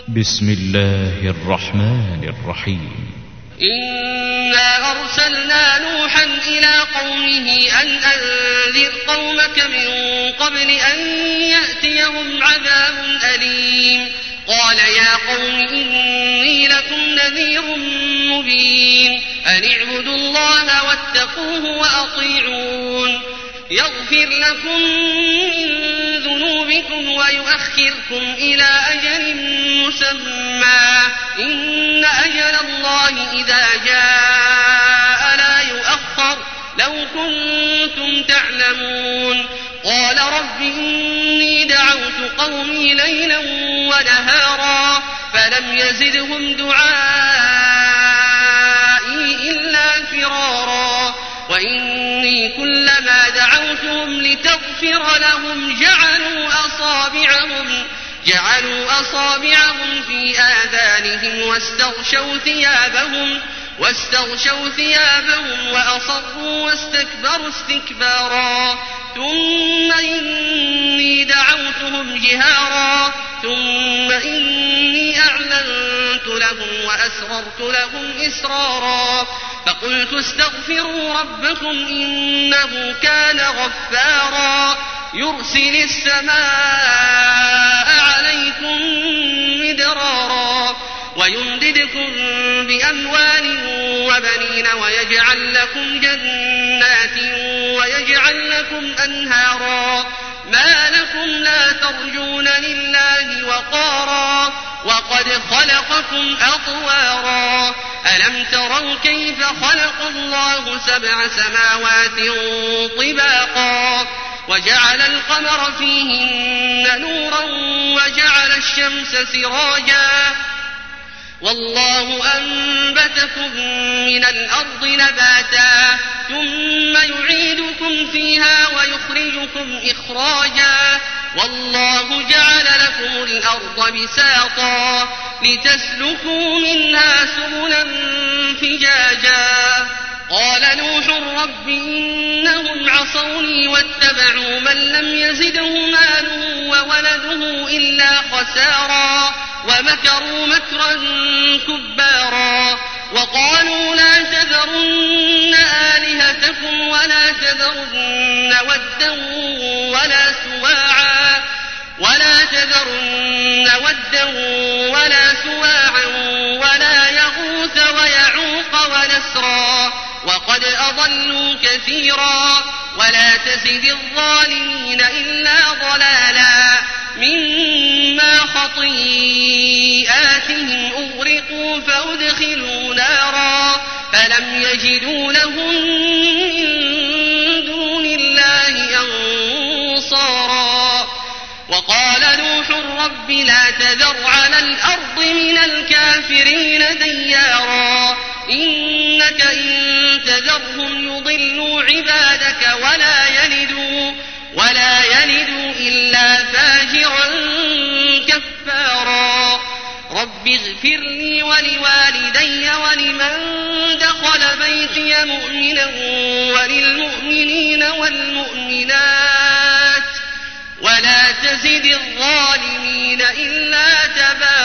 بسم الله الرحمن الرحيم. إنا أرسلنا نوحا إلى قومه أن أنذر قومك من قبل أن يأتيهم عذاب أليم. قال يا قوم إني لكم نذير مبين أن اعبدوا الله واتقوه وأطيعون يغفر لكم من ذنوبكم ويؤخركم إلى أجل مسمى إن أجل الله إذا جاء لا يؤخر لو كنتم تعلمون. قال رب إني دعوت قومي ليلا ونهارا فلم يزدهم دعائي إلا فرارا وإني كلما دعوتهم لتغفر لهم جعلوا أصابعهم في آذانهم واستغشوا ثيابهم وأصروا واستكبروا استكبارا ثم إني دعوتهم جهارا ثم إني أعلنت لهم وأسررت لهم إسرارا فقلت استغفروا ربكم إنه كان غفارا يرسل السماء عليكم مدرارا ويمددكم بأموال وبنين ويجعل لكم جنات ويجعل لكم أنهارا ما لكم لا ترجون لله وقارا وقد خلقكم أطوارا ألم تروا كيف خلق الله 7 سماوات طباقا وجعل القمر فيهن نورا وجعل الشمس سراجا والله أنبتكم من الأرض نباتا ثم يعيدكم فيها ويخرجكم إخراجا والله جعل لكم الأرض بساطا لتسلكوا منها سبلا فجاجا. قال نوح رب إنهم عصوني واتبعوا من لم يزده ماله وولده إلا خسارا ومكروا مكرا كبارا وقالوا لا تذرن آلهتكم ولا تذرن ودا ولا سواعا ولا يغوث ويعوق ونسرا وقد أضلوا كثيرا ولا تزد الظالمين إلا ضلالا مما خطيئاتهم أغرقوا فأدخلوا نارا فلم يجدوا لهم من دون الله أنصارا. وقال نوح رب لا تذر على الأرض من الكافرين ديارا إنك إن تذرهم يضلوا عبادك ولا يلدوا إلا فاجرا كفارا. رب اغفر لي ولوالدي ولمن دخل بيتي مؤمنا وللمؤمنين والمؤمنات ولا تزد الظالمين إلا تبارا.